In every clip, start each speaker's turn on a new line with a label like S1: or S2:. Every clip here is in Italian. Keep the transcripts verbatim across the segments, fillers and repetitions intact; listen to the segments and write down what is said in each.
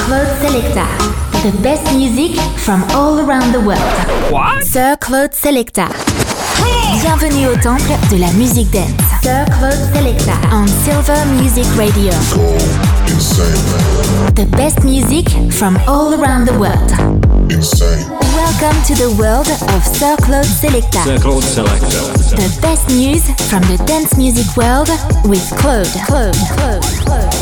S1: Claude Selecta. The best music from all around the world.
S2: What?
S1: Sir Claude Selecta. Bienvenue au temple de la musique dance. Sir Claude Selecta on Silver Music Radio.
S3: Go insane.
S1: The best music from all around the world.
S3: Insane.
S1: Welcome to the world of Sir Claude Selecta.
S2: Sir Claude Selecta.
S1: The best news from the dance music world with Claude. Claude. Claude. Claude.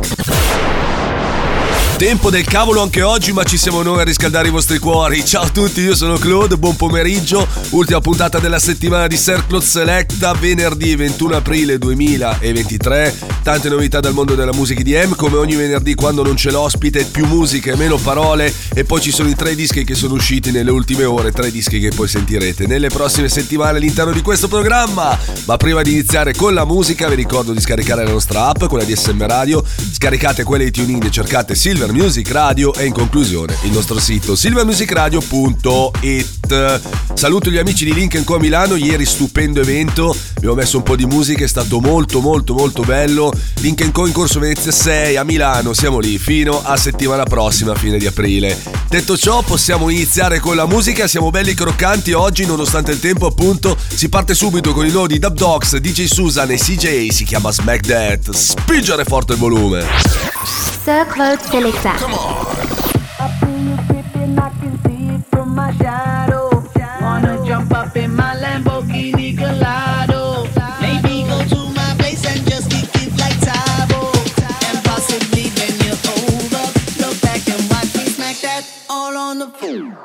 S4: Tempo del cavolo anche oggi, ma ci siamo noi a riscaldare i vostri cuori. Ciao a tutti, io sono Claude, buon pomeriggio. Ultima puntata della settimana di Sir Claude Selecta, venerdì ventuno aprile duemilaventitré. Tante novità dal mondo della musica E D M, come ogni venerdì quando non c'è l'ospite, più musica e meno parole. E poi ci sono i tre dischi che sono usciti nelle ultime ore, tre dischi che poi sentirete nelle prossime settimane all'interno di questo programma. Ma prima di iniziare con la musica vi ricordo di scaricare la nostra app, quella di S M Radio. Scaricate quelle di TuneIn e cercate Silver Music Radio e in conclusione il nostro sito silver music radio punto it. Saluto gli amici di Link and Co a Milano, ieri stupendo evento, abbiamo messo un po' di musica, è stato molto molto molto bello. Link and Co in Corso Venezia sei a Milano, siamo lì fino a settimana prossima, fine di aprile. Detto ciò, possiamo iniziare con la musica, siamo belli croccanti oggi nonostante il tempo, appunto. Si parte subito con il nuovo di Dub Dogs, D J Susan e C J, si chiama Smack That. Spingere forte il volume.
S1: Sir Claude Selecta.
S5: Come on. I feel you creeping, I can see it from my shadow. Wanna jump up in my Lamborghini Gallardo. Maybe go to my place and just kick it like Tabo. And possibly when you're over, look back and watch me smack that all on the floor.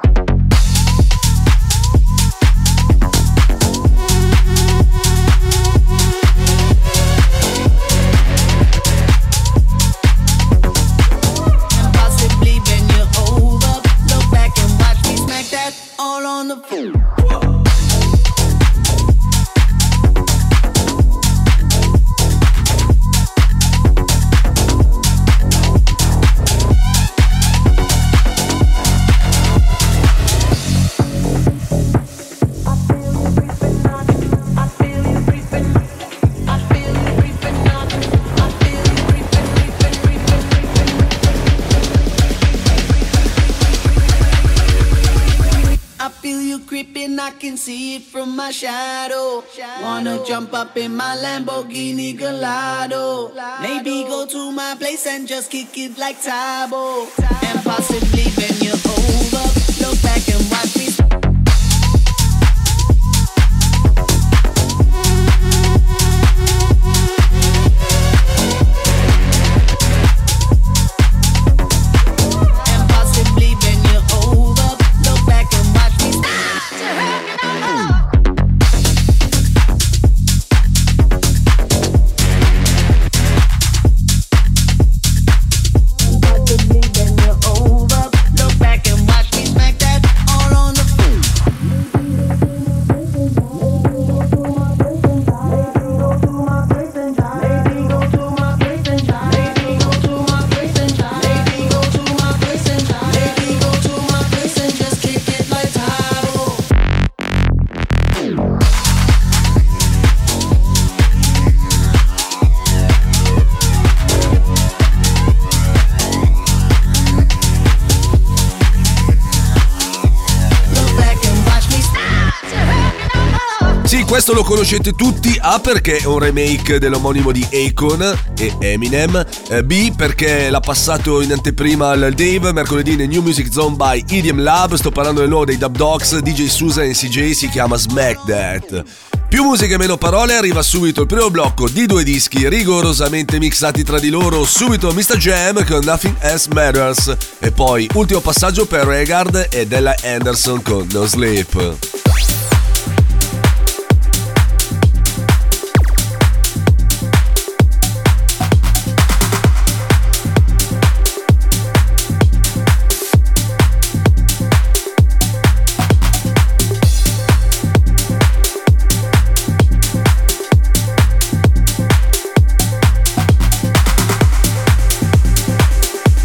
S5: All on the floor. I can see it from my shadow. Wanna jump up in my Lamborghini Gallardo. Maybe go to my place and just kick it like Tabo. And possibly when you're over, look back and watch me.
S4: Questo lo conoscete tutti, A perché è un remake dell'omonimo di Akon e Eminem, eh, B perché l'ha passato in anteprima al Dave mercoledì nel New Music Zone by E D M Lab. Sto parlando del nuovo dei Dub Dogs, D J Susan e C J, si chiama Smack That. Più musica e meno parole, arriva subito il primo blocco di due dischi rigorosamente mixati tra di loro. Subito mister Jam con Nothing Else Matters e poi ultimo passaggio per Regard e Della Anderson con No Sleep.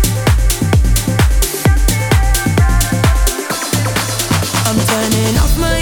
S5: I'm turning off my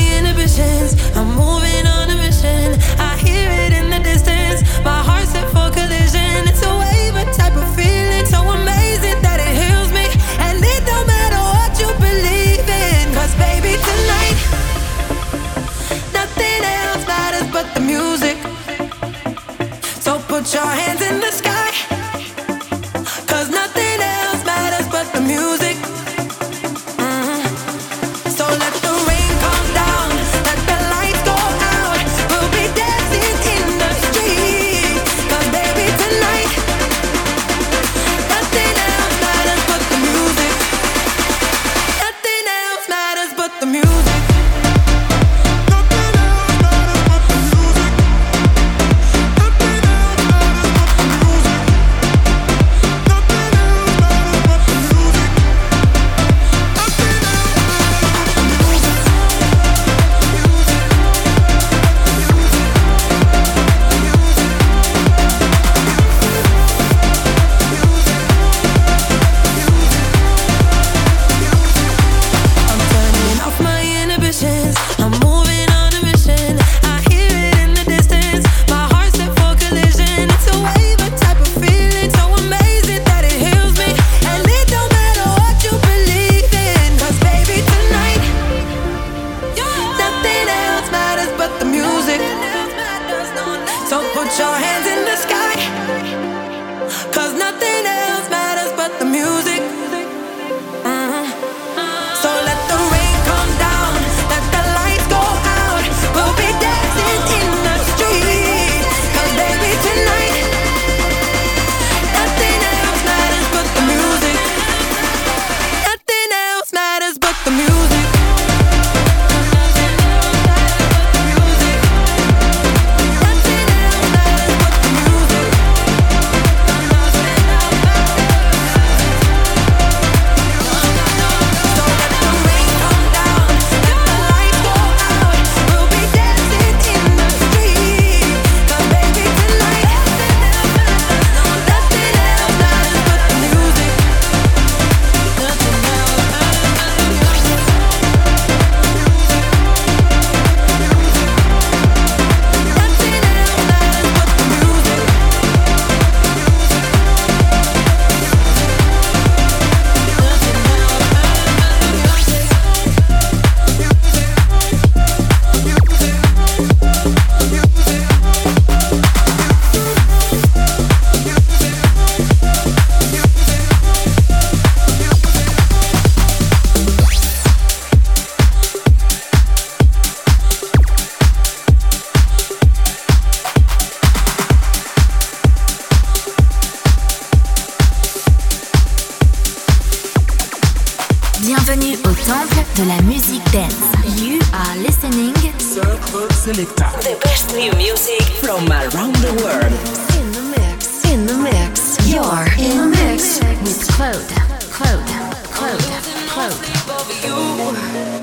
S1: Bienvenue au temple de la musique dance. You are listening
S2: Circle Selecta. The best new music from around the world.
S1: In the mix, in the mix. You're in the mix with Claude, Claude, Claude, Claude.
S6: You,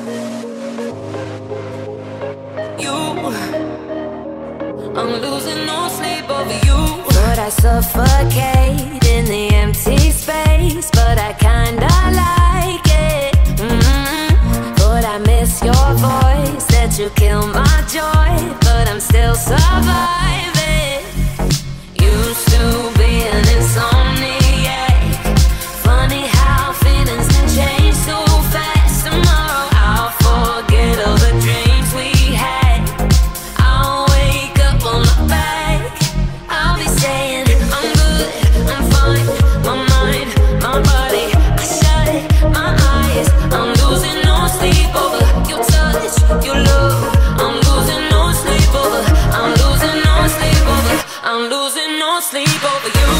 S6: you, I'm losing no sleep over you.
S7: But I suffocate in the empty space, but I kinda like it. Mm-hmm. But I miss your voice, that you kill my joy, but I'm still surviving. Used to be an insomniac. Funny how feelings can change so fast. Tomorrow I'll forget all the dreams we had. I'll wake up on my back. I'll be saying I'm good, I'm fine. My mind, my body, I shut my eyes. I'm losing no sleep over your touch, your love. I'm losing no sleep over. I'm losing no sleep over. I'm losing no sleep over you.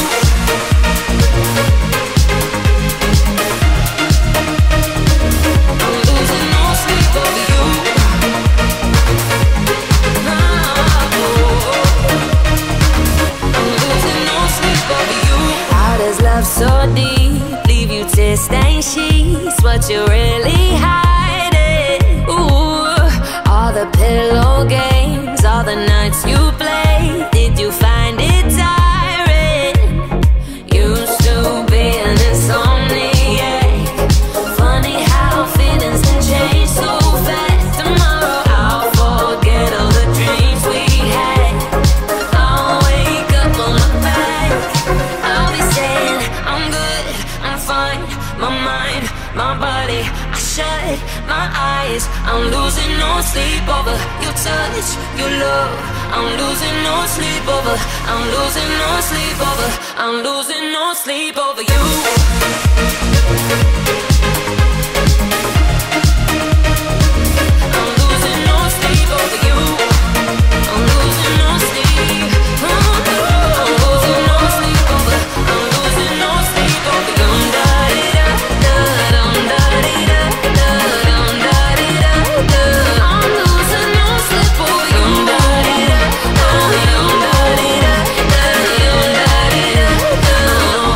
S7: I'm losing no sleep over you. I'm losing no sleep over you. How does love so deep leave you to stain sheets? What you really hiding? Ooh, all the pillow games, all the nights you played. Did you find it tiring? Used to be an insomniac. Funny how feelings can change so fast. Tomorrow I'll forget all the dreams we had. I'll wake up on my back. I'll be saying I'm good, I'm fine. My mind, my body, I shut my eyes. I'm losing no sleep over your touch, your love. I'm losing no sleep over. I'm losing no sleep over. I'm losing no sleep over you. I'm losing no sleep over you. I'm losing no sleep. I'm losing no sleep over. I'm losing no sleep over you. Dum da di da, dum da di da, dum da di da, dum. I'm losing no sleep over you. Dum da di da, dum da di da, dum da di da, dum.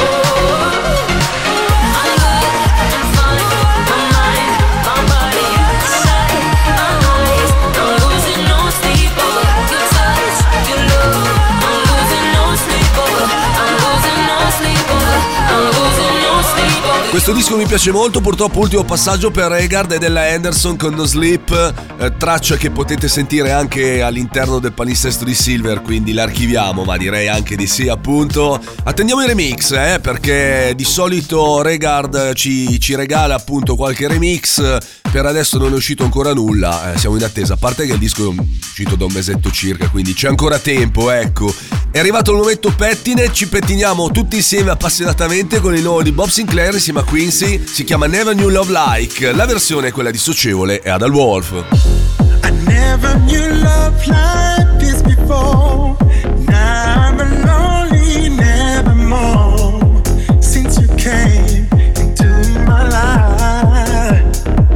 S7: I'm good, I'm fine. My mind, my body, shut my eyes. I'm losing no sleep over your touch, your love. I'm losing no sleep over. I'm losing no sleep over. I'm losing no sleep over.
S4: Questo disco mi piace molto, purtroppo ultimo passaggio per Regard e della Anderson con No Sleep, eh, traccia che potete sentire anche all'interno del palinsesto di Silver, quindi l'archiviamo, ma direi anche di sì appunto. Attendiamo i remix, eh, perché di solito Regard ci, ci regala appunto qualche remix, per adesso non è uscito ancora nulla, eh, siamo in attesa, a parte che il disco è uscito da un mesetto circa, quindi c'è ancora tempo, ecco. È arrivato il momento pettine, ci pettiniamo tutti insieme appassionatamente con il nuovo di Bob Sinclair insieme a Quincy, si chiama Never Knew Love Like, la versione è quella di Socievole e Adal Wolf.
S8: I never knew love like this before. Now I'm lonely, never more. Since you came into my life,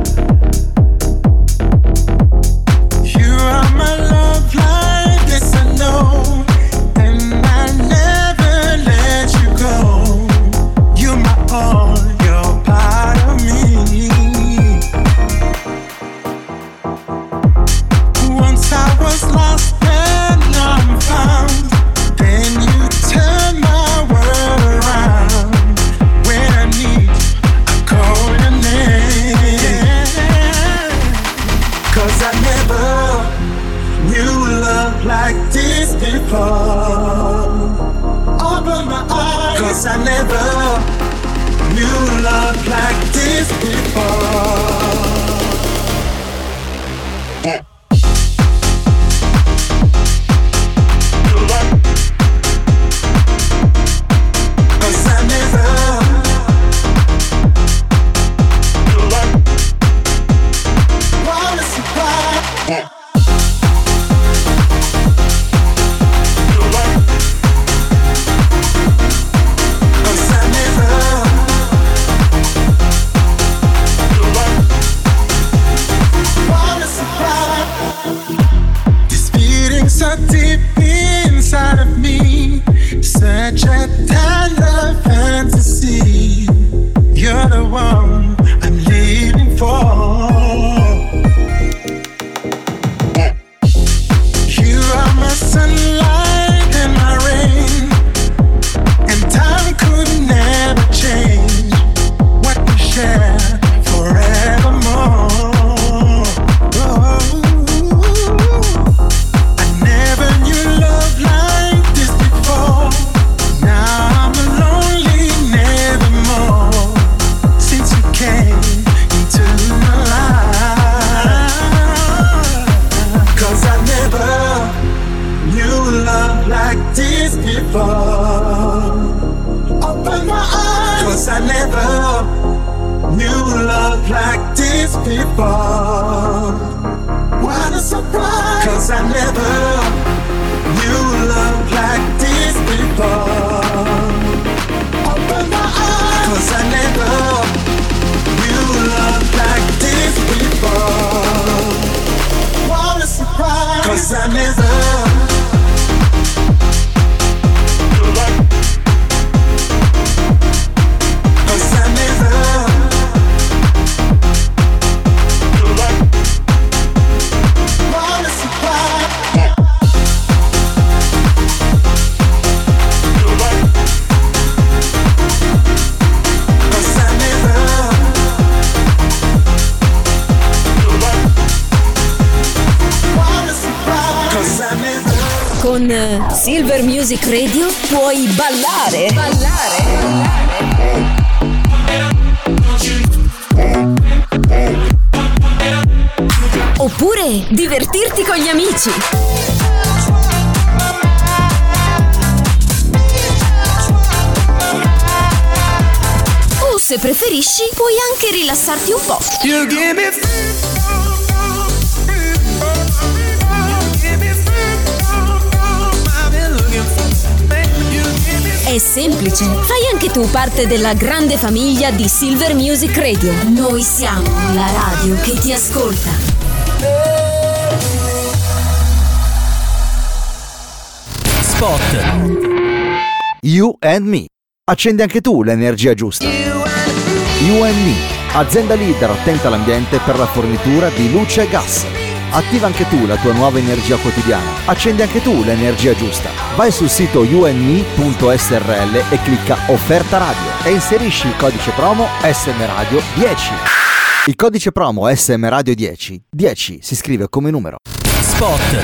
S8: you are my love life, yes I know. And I never let you go. You're my all, you're part of me. Once I was lost and now I'm found. Then you turn my world around. When I need you, I call your name. 'Cause I never knew love like this before. Open my eyes. 'Cause I never knew love like this before.
S6: Cause I never
S8: I never knew love like this before. What a surprise, cause I never knew love like this before. Open my eyes, cause I never knew love like this before. What a surprise, cause I never
S7: Con Silver Music Radio puoi ballare. Ballare. Oppure divertirti con gli amici. O se preferisci puoi anche rilassarti un po'.
S8: You give me
S7: È semplice, fai anche tu parte della grande famiglia di Silver Music Radio. Noi siamo la radio che ti ascolta.
S9: Spot. You and Me. Accendi anche tu l'energia giusta. You and Me, azienda leader attenta all'ambiente per la fornitura di luce e gas. Attiva anche tu la tua nuova energia quotidiana. Accendi anche tu l'energia giusta. Vai sul sito you and me punto s r l e clicca offerta radio e inserisci il codice promo S M Radio dieci. Il codice promo S M Radio dieci, dieci si scrive come numero.
S2: Spot.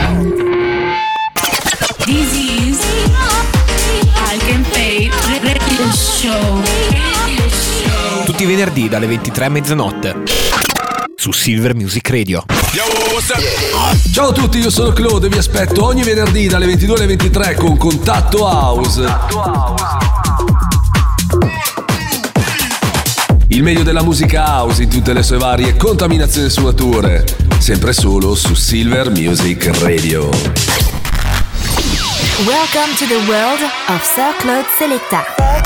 S2: This is I Can Pay Radio Show.
S10: Tutti i venerdì dalle ventitré a mezzanotte su Silver Music Radio.
S4: Ciao a tutti, io sono Claude e vi aspetto ogni venerdì dalle ventidue alle ventitré con Contatto House. Il meglio della musica house in tutte le sue varie contaminazioni e sfumature, sempre solo su Silver Music Radio.
S1: Welcome to the world of Sir Claude Selecta.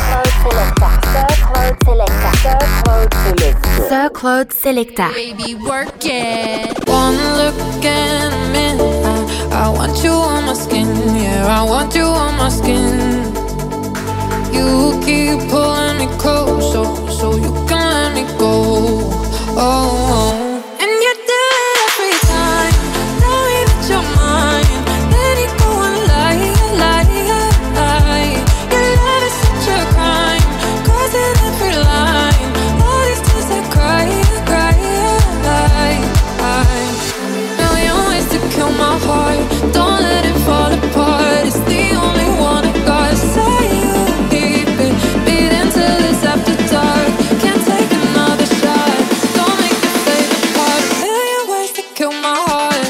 S1: Sir Claude Selecta. Sir Claude Selecta.
S6: Baby, work it. One look and a minute. I, I want you on my skin. Yeah, I want you on my skin. You keep pulling me close, so so you can let me go. Oh. oh. And you do it every time. Tell me that you're mine. Then you go and lie, lie, lie. Your love is such a crime. Cause in every line, all these tears I cry, cry, lie, lie. Million ways to kill my heart. Don't let it fall apart. It's the only one I gotta say. You keep it beating till it's after dark. Can't take another shot. Don't make it fade apart. Million ways to kill my heart.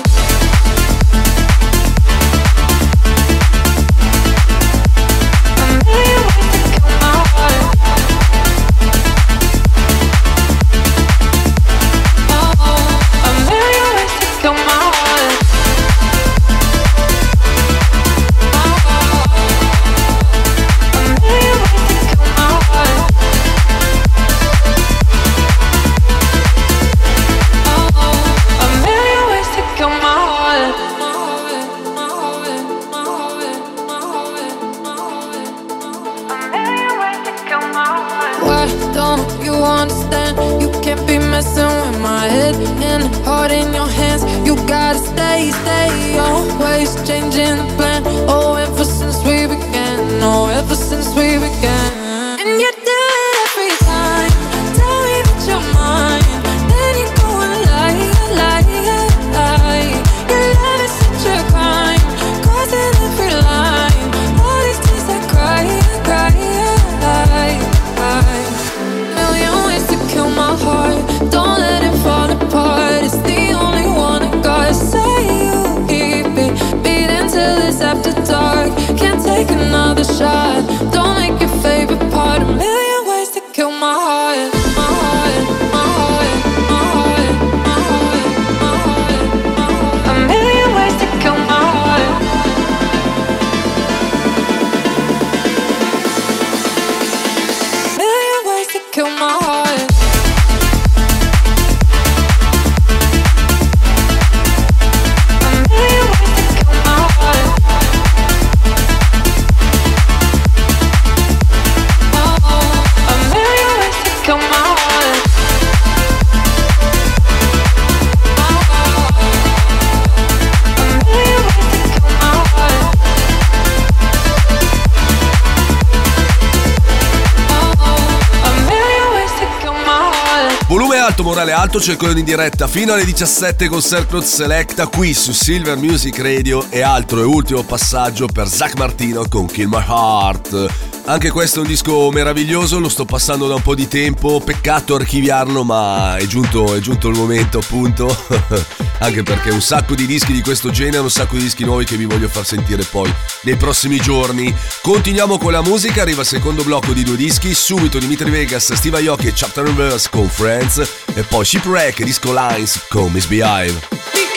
S6: A million ways to kill my heart. Oh, a million ways to kill my heart. Why don't you understand? You can't be messing with my head and heart in your hands. You gotta stay, stay, always changing the plan. Oh, ever since we began, oh, ever since we began. And you do it every time. Tell me that you're mine. Then you go and lie, lie, lie. Your love is such a crime. Cause in every line, all these tears I cry, cry, lie, lie. Million ways to kill my heart. Don't let it fall apart. It's the only one I gotta say. You keep it beating till it's after dark. Can't take another shot. Don't make it favorite. kill my heart.
S4: Volume alto, morale alto, c'è il coglione in diretta fino alle diciassette con Circle Selecta qui su Silver Music Radio e altro e ultimo passaggio per Zach Martino con Kill My Heart. Anche questo è un disco meraviglioso, lo sto passando da un po' di tempo, peccato archiviarlo, ma è giunto, è giunto il momento appunto, anche perché un sacco di dischi di questo genere, un sacco di dischi nuovi che vi voglio far sentire poi nei prossimi giorni. Continuiamo con la musica, arriva il secondo blocco di due dischi, subito Dimitri Vegas, Steve Aoki e Chapter and Verse con Friends e poi Shipwreck e Disco Lines con Misbehave.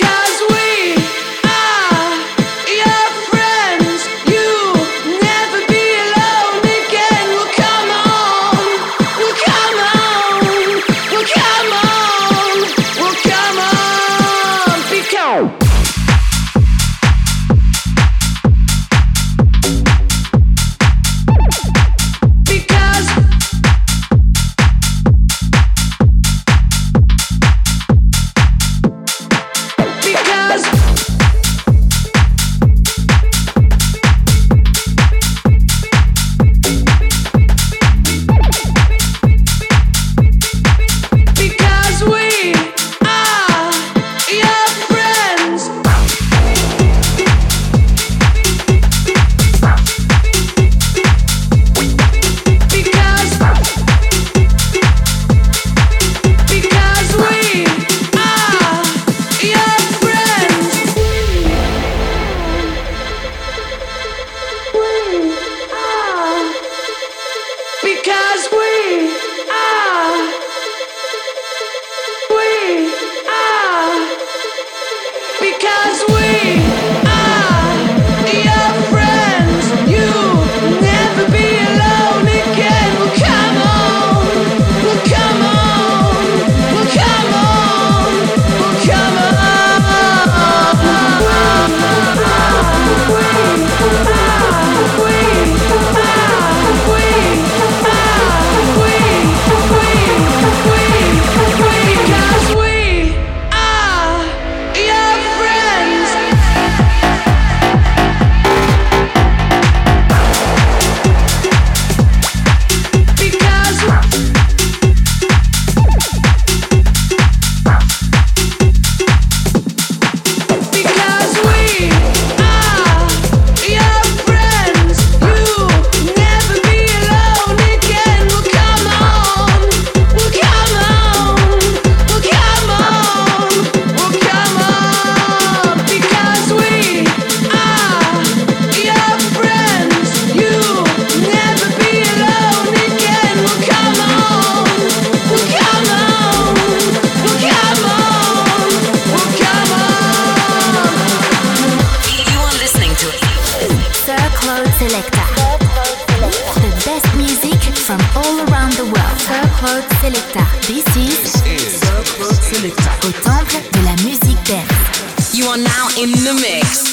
S1: Selecta. This is Circle Selecta au temple de la musique dance.
S2: You are now in the mix.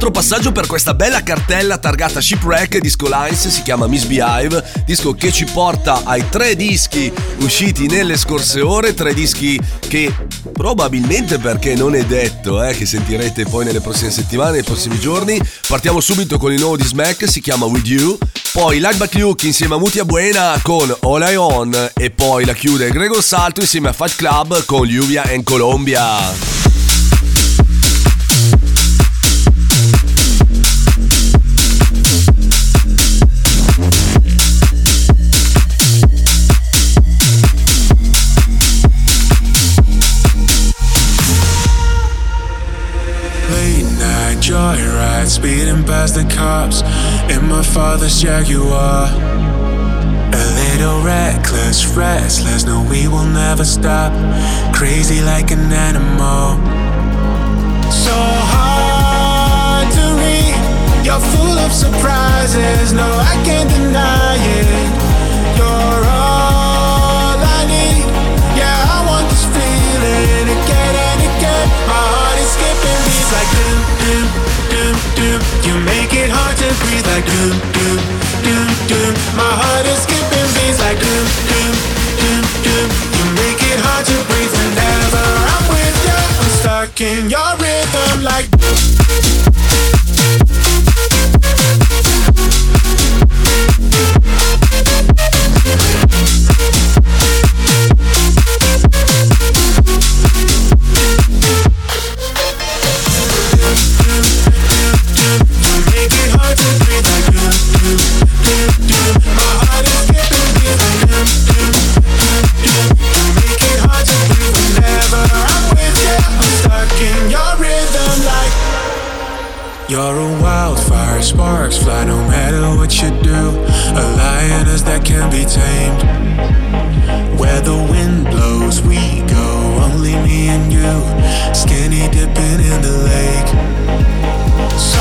S4: altro passaggio per questa bella cartella targata Shipwreck Disco Lines, si chiama Misbehave, disco che ci porta ai tre dischi usciti nelle scorse ore, tre dischi che probabilmente, perché non è detto, eh, che sentirete poi nelle prossime settimane, nei prossimi giorni. Partiamo subito con il nuovo di Smack, si chiama With You, poi Lightback Luke insieme a Mutia Buena con All I On e poi la chiude Gregor Salto insieme a Fight Club con Lluvia en Colombia.
S8: Joyride, speeding past the cops in my father's Jaguar. A little reckless, restless, no we will never stop. Crazy like an animal. So hard to read, you're full of surprises, no I can't deny it. You're all I need, yeah I want this feeling again and again. My heart is skipping beats like doom, doom, doom, doom. You make it hard to breathe like doom, doom, doom, doom. My heart is skipping beats like doom, doom, doom, doom. You make it hard to breathe whenever I'm with you. I'm stuck in your rhythm like you're a wildfire, sparks fly no matter what you do. A lioness that can be tamed. Where the wind blows we go, only me and you. Skinny dipping in the lake. So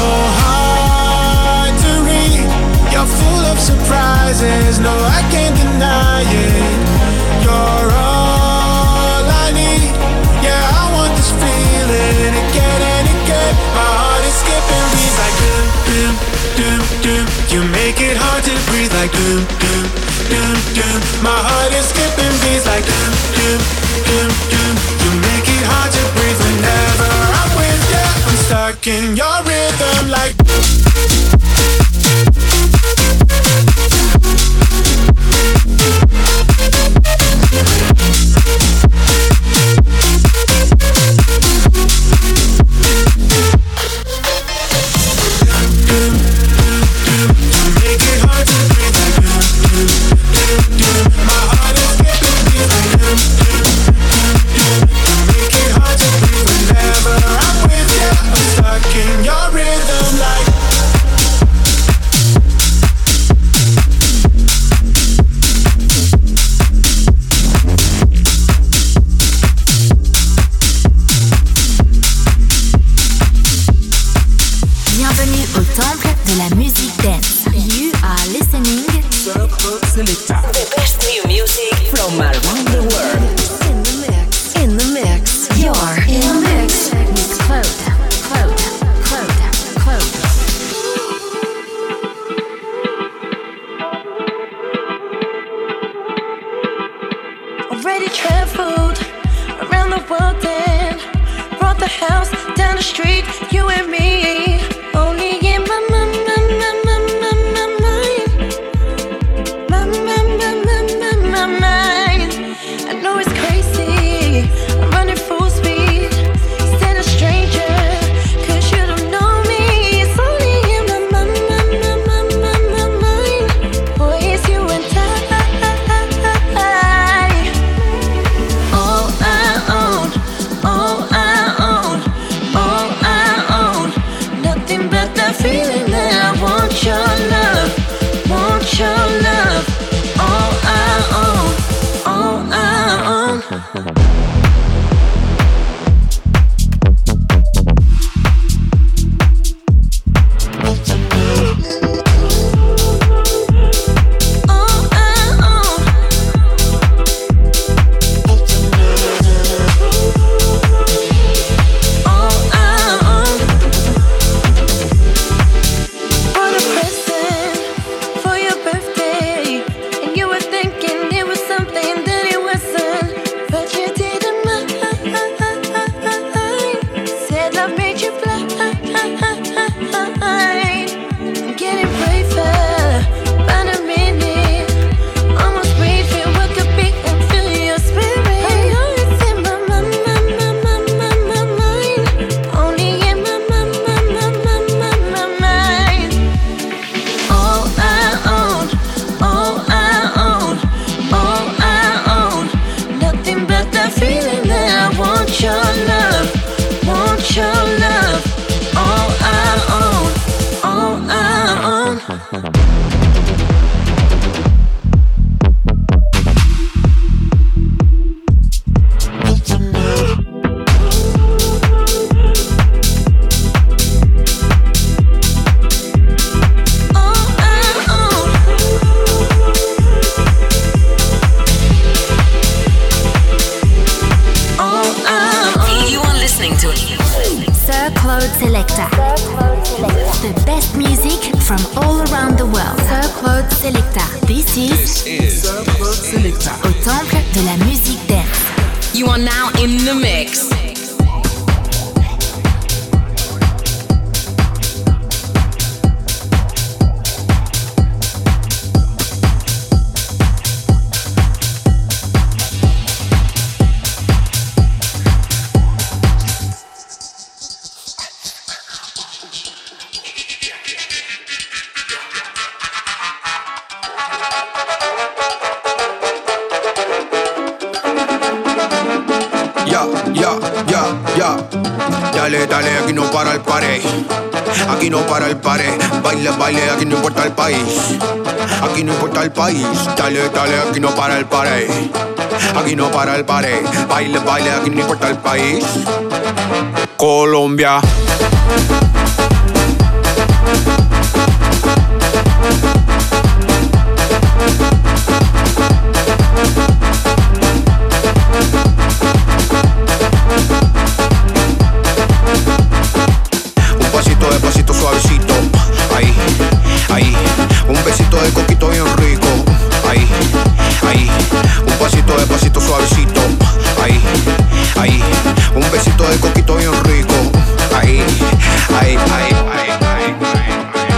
S8: hard to read, you're full of surprises, no I can't deny it. You're all I need, yeah I want this feeling again and again. My heart is skipping beats like doom, doom, doom, doom. You make it hard to breathe like doom, doom, doom, doom. My heart is skipping beats like doom, doom, doom, doom. You make it hard to breathe whenever I'm with you. I'm stuck in your rhythm like I know it's crazy, I'm running full speed.
S1: The best music from all around the world. Sir Claude Selecta. This is,
S2: This is Sir Claude Selecta.
S1: Au temple de la musique dance.
S11: You are now in the mix.
S12: Dale, dale, aquí no para el paré. Aquí no para el paré. Baile, baile, aquí no importa el país. Aquí no importa el país. Dale, dale, aquí no para el paré. Aquí no para el paré. Baile, baile, aquí no importa el país. Colombia. Suavecito, ahí, ahí, un besito de coquito bien rico, ahí, ahí, un pasito de pasito suavecito, ahí, ahí, un besito de coquito bien rico, ahí, ahí, ahí, ahí, ahí, ahí.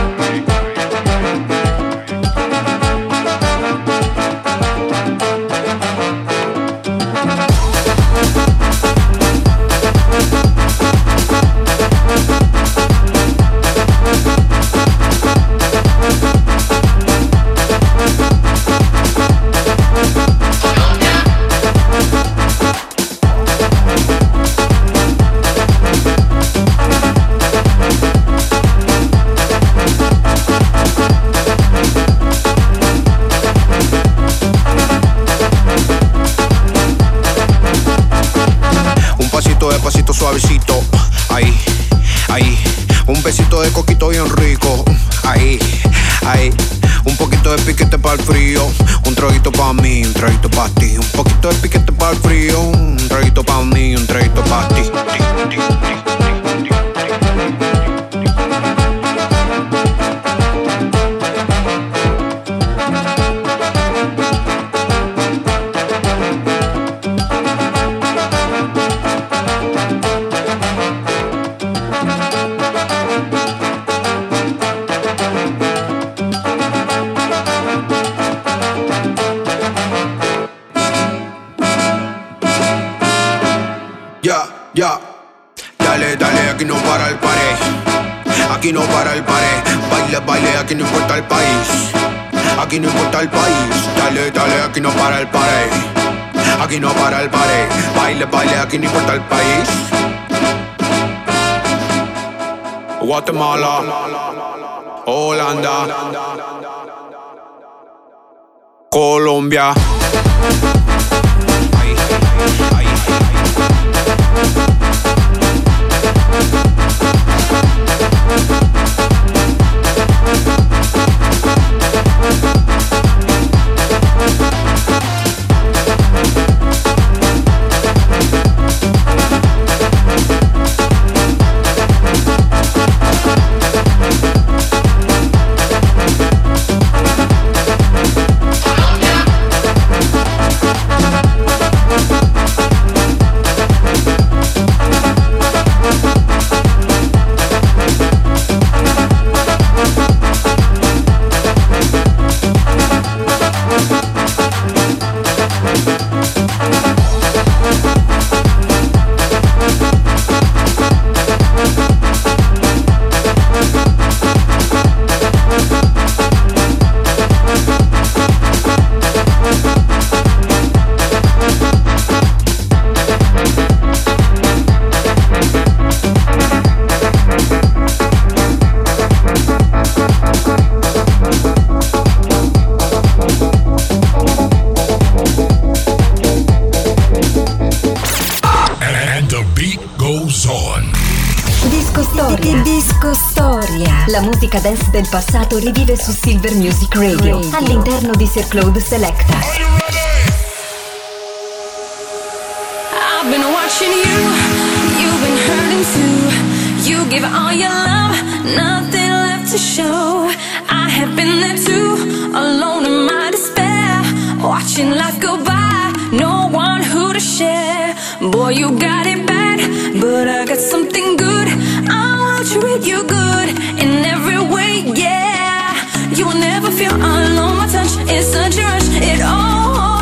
S12: Suavecito, ahí, ahí, un besito de coquito bien rico, ahí, ahí, un poquito de piquete para el frío, un traguito para mí, un traguito para ti, un poquito de piquete para el frío, un traguito para mí, un traguito para ti. Ya, dale, dale, aquí no para el paré. Aquí no para el paré. Baile, baile, aquí no importa el país. Aquí no importa el país. Dale, dale, aquí no para el paré. Aquí no para el paré. Baile, baile, aquí no importa el país. Guatemala, Holanda, Colombia. Ahí, ahí, ahí.
S13: Disco Storia. La musica dance del passato rivive su Silver Music Radio, Radio. all'interno di Sir Claude Selecta.
S6: I've been watching you, you've been hurting too. You give all your love, now to show. I have been there too, alone in my despair, watching life go by, no one who to share. Boy, you got it bad, but I got something good. I will treat you good in every way, yeah. You will never feel alone, my touch is such a rush, it all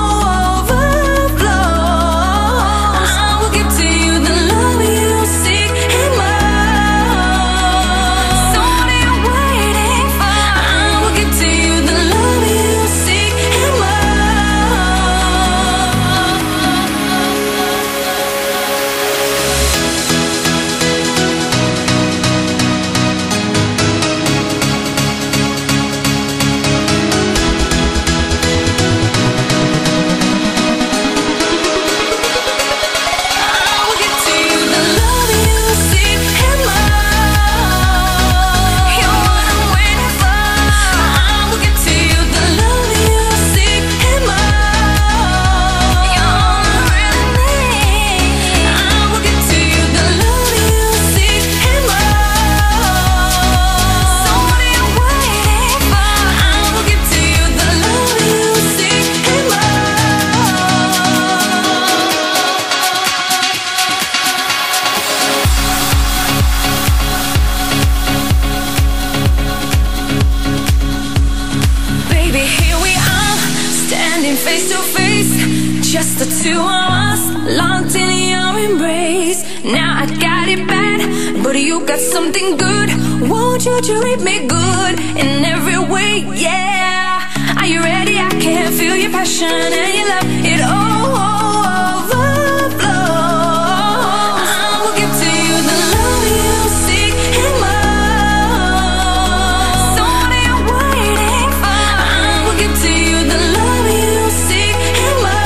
S6: just the two of us, locked in your embrace. Now I got it bad, but you got something good. Won't you treat me good in every way, yeah. Are you ready? I can feel your passion and your love, it all overflow. I will give to you the love you seek and more. So what are you waiting for? I will give to you the love you seek and more.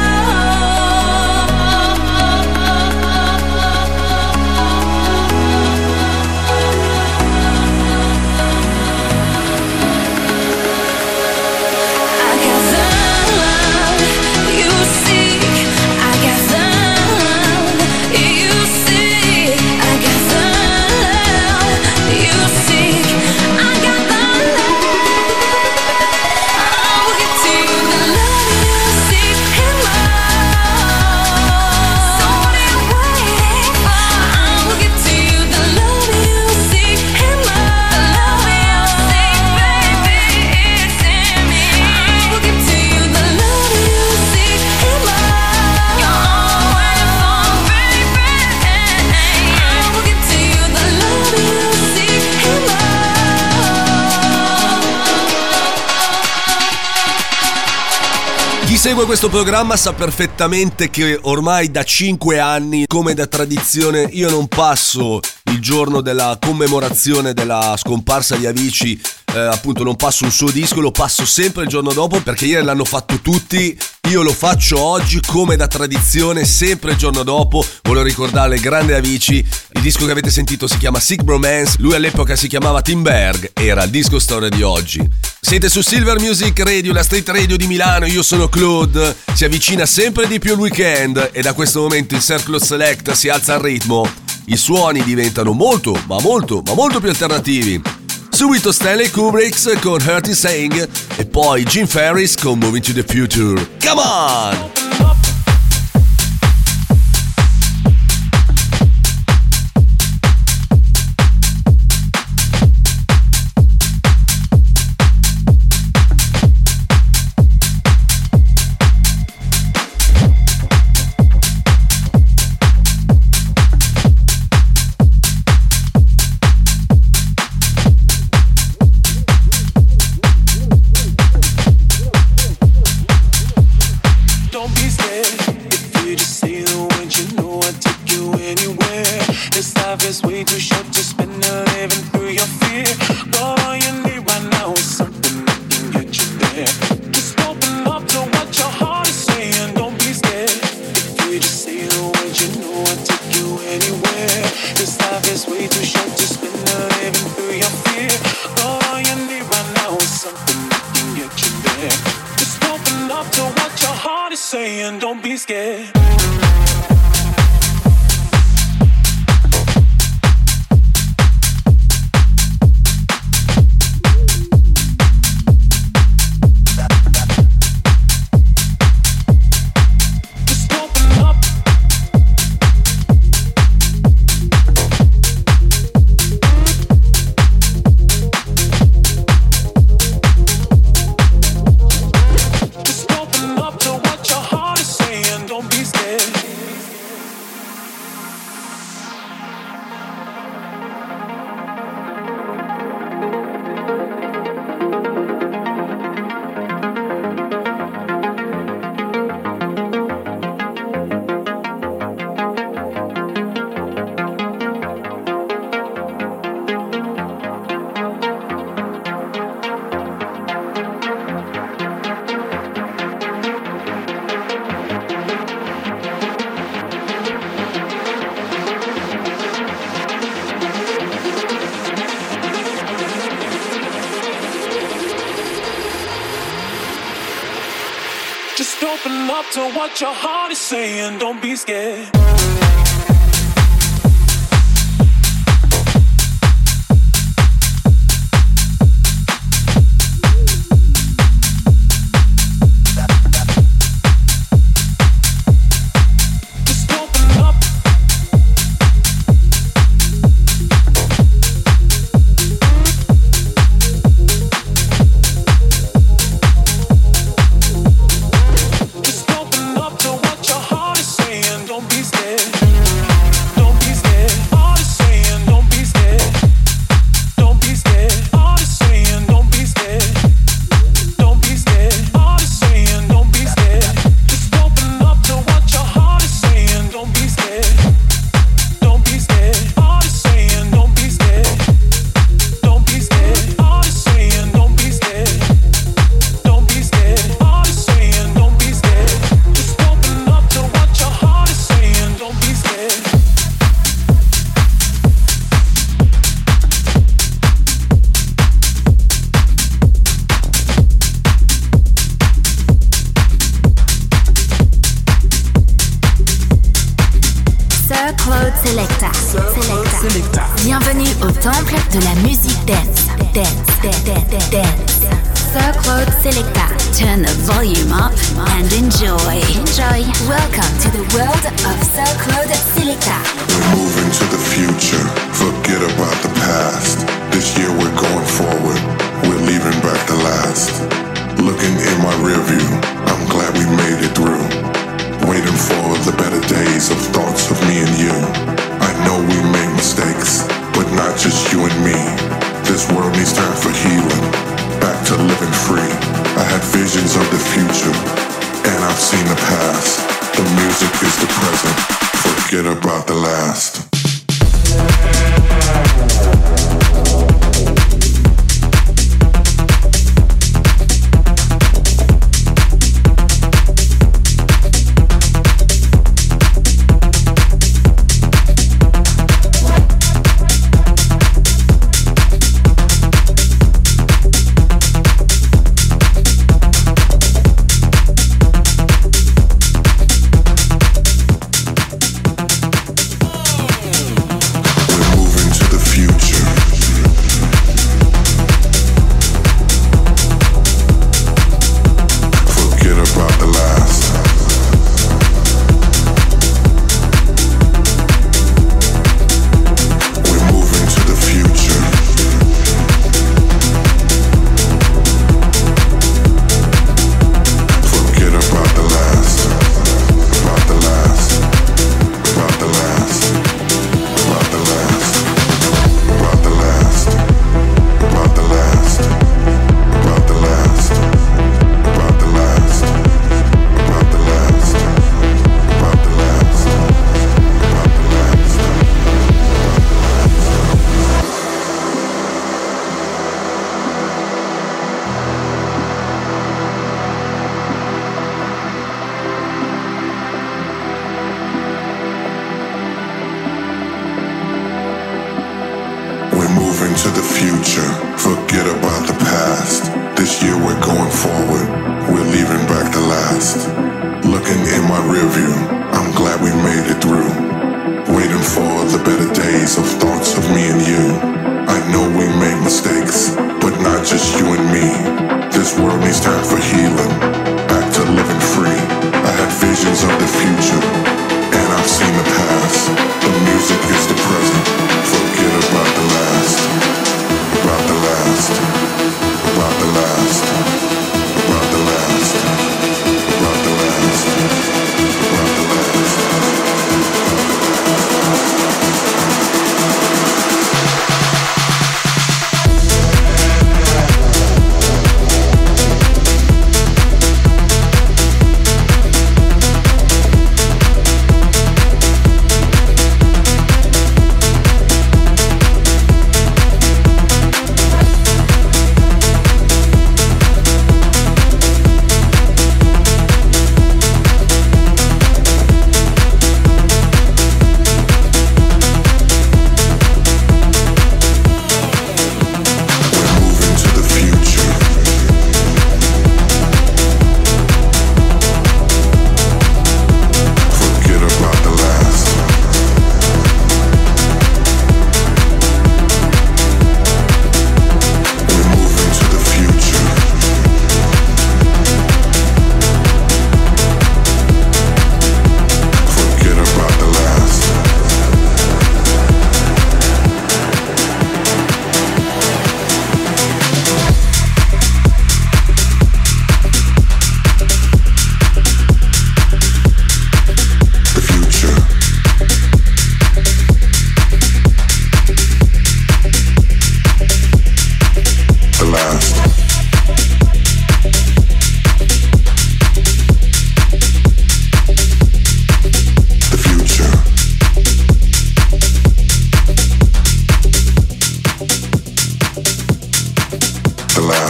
S4: Segue questo programma sa perfettamente che ormai da cinque anni, come da tradizione, io non passo il giorno della commemorazione della scomparsa di Avicii, eh, appunto non passo un suo disco, lo passo sempre il giorno dopo, perché ieri l'hanno fatto tutti, io lo faccio oggi come da tradizione, sempre il giorno dopo. Voglio ricordare il grande Avicii, il disco che avete sentito si chiama Sick Bromance, lui all'epoca si chiamava Tim Berg, era il disco storia di oggi. Siete su Silver Music Radio, la street radio di Milano, io sono Claude, si avvicina sempre di più il weekend e da questo momento il Circle Select si alza al ritmo, i suoni diventano molto, ma molto, ma molto più alternativi. Subito Stanley Kubrick con Hurt Is Saying e poi Jim Ferris con Moving to the Future. Come on!
S8: Saying, don't be scared. Just open up to what your heart is saying, don't be scared.
S1: Selecta. Selecta. Selecta. Bienvenue au temple de la musique dance. Dance, dance, dance, dance. Sir Claude Selecta. Turn the volume up and enjoy. Enjoy. Welcome to the world of Sir Claude Selecta.
S3: We're moving to the future. Forget about the past. This year we're going forward. We're leaving back the last. Looking in my rear view, I'm glad we made it through. Waiting for the better days of thoughts of me and you. I know we made mistakes, but not just you and me. This world needs time for healing, back to living free. I had visions of the future, and I've seen the past. The music is the present, forget about the last.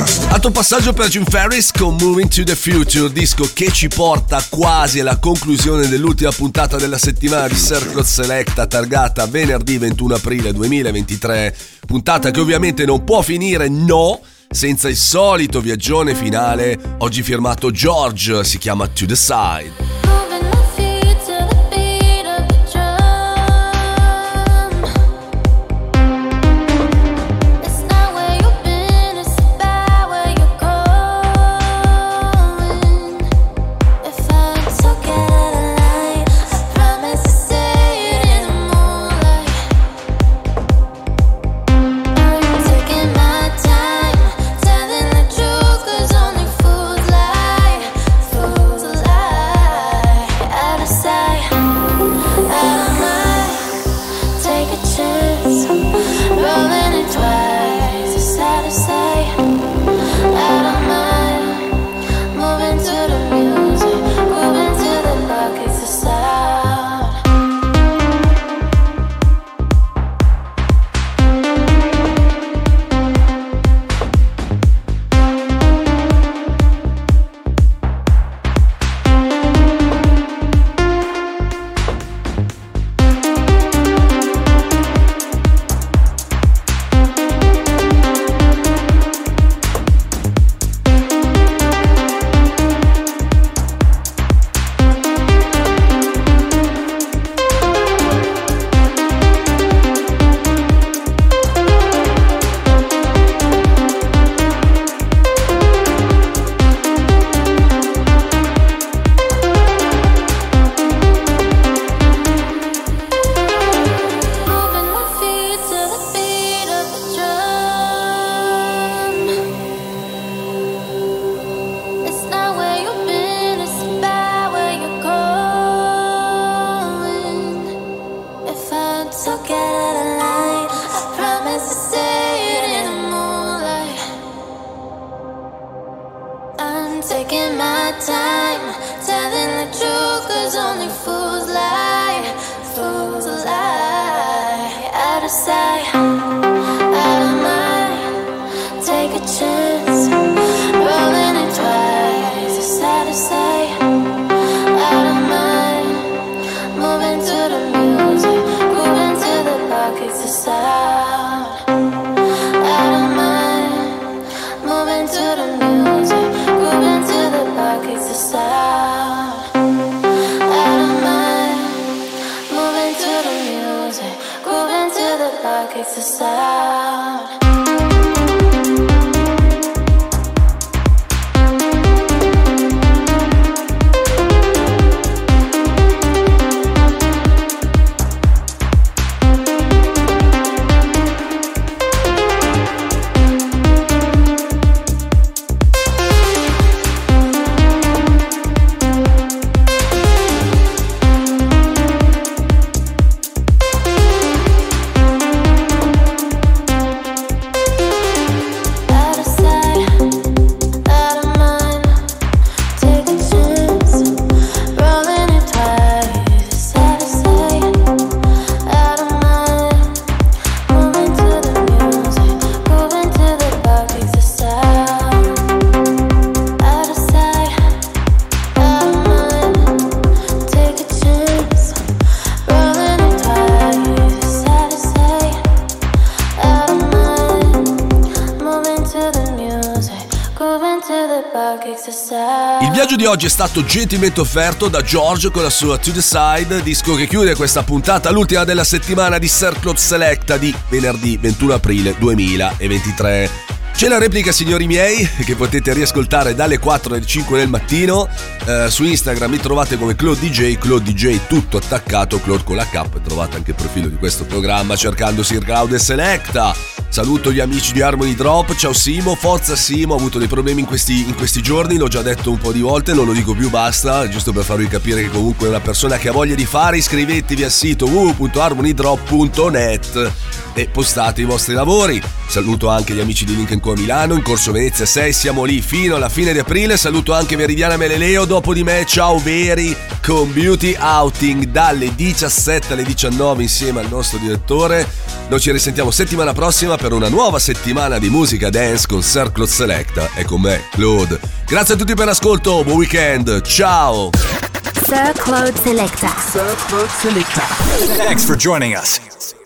S4: Alto passaggio per Jim Ferris con Moving to the Future, disco che ci porta quasi alla conclusione dell'ultima puntata della settimana di Circle Selecta, targata venerdì ventuno aprile duemilaventitré, puntata che ovviamente non può finire, no, senza il solito viaggione finale, oggi firmato George, si chiama To The Side. Il viaggio di oggi è stato gentilmente offerto da George con la sua To The Side, disco che chiude questa puntata, l'ultima della settimana di Circle Selecta di venerdì ventuno aprile duemilaventitré. C'è la replica, signori miei, che potete riascoltare dalle quattro alle cinque del mattino. Eh, su Instagram mi trovate come Claude D J, Claude D J tutto attaccato, Claude con la K. Trovate anche il profilo di questo programma cercando Circle Selecta. Saluto gli amici di Harmony Drop, ciao Simo, forza Simo, ho avuto dei problemi in questi, in questi giorni, l'ho già detto un po' di volte, non lo dico più, basta, giusto per farvi capire che comunque è una persona che ha voglia di fare. Iscrivetevi al sito w w w punto harmony drop punto net e postate i vostri lavori. Saluto anche gli amici di Link Co a Milano, in Corso Venezia sei, siamo lì fino alla fine di aprile. Saluto anche Veridiana Meleleo dopo di me, ciao Veri, con Beauty Outing dalle diciassette alle diciannove insieme al nostro direttore. Noi ci risentiamo settimana prossima per una nuova settimana di musica dance con Sir Claude Selecta e con me, Claude. Grazie a tutti per l'ascolto, buon weekend, ciao!
S1: Sir Claude Selecta.
S14: Sir Claude Selecta. Thanks for joining us.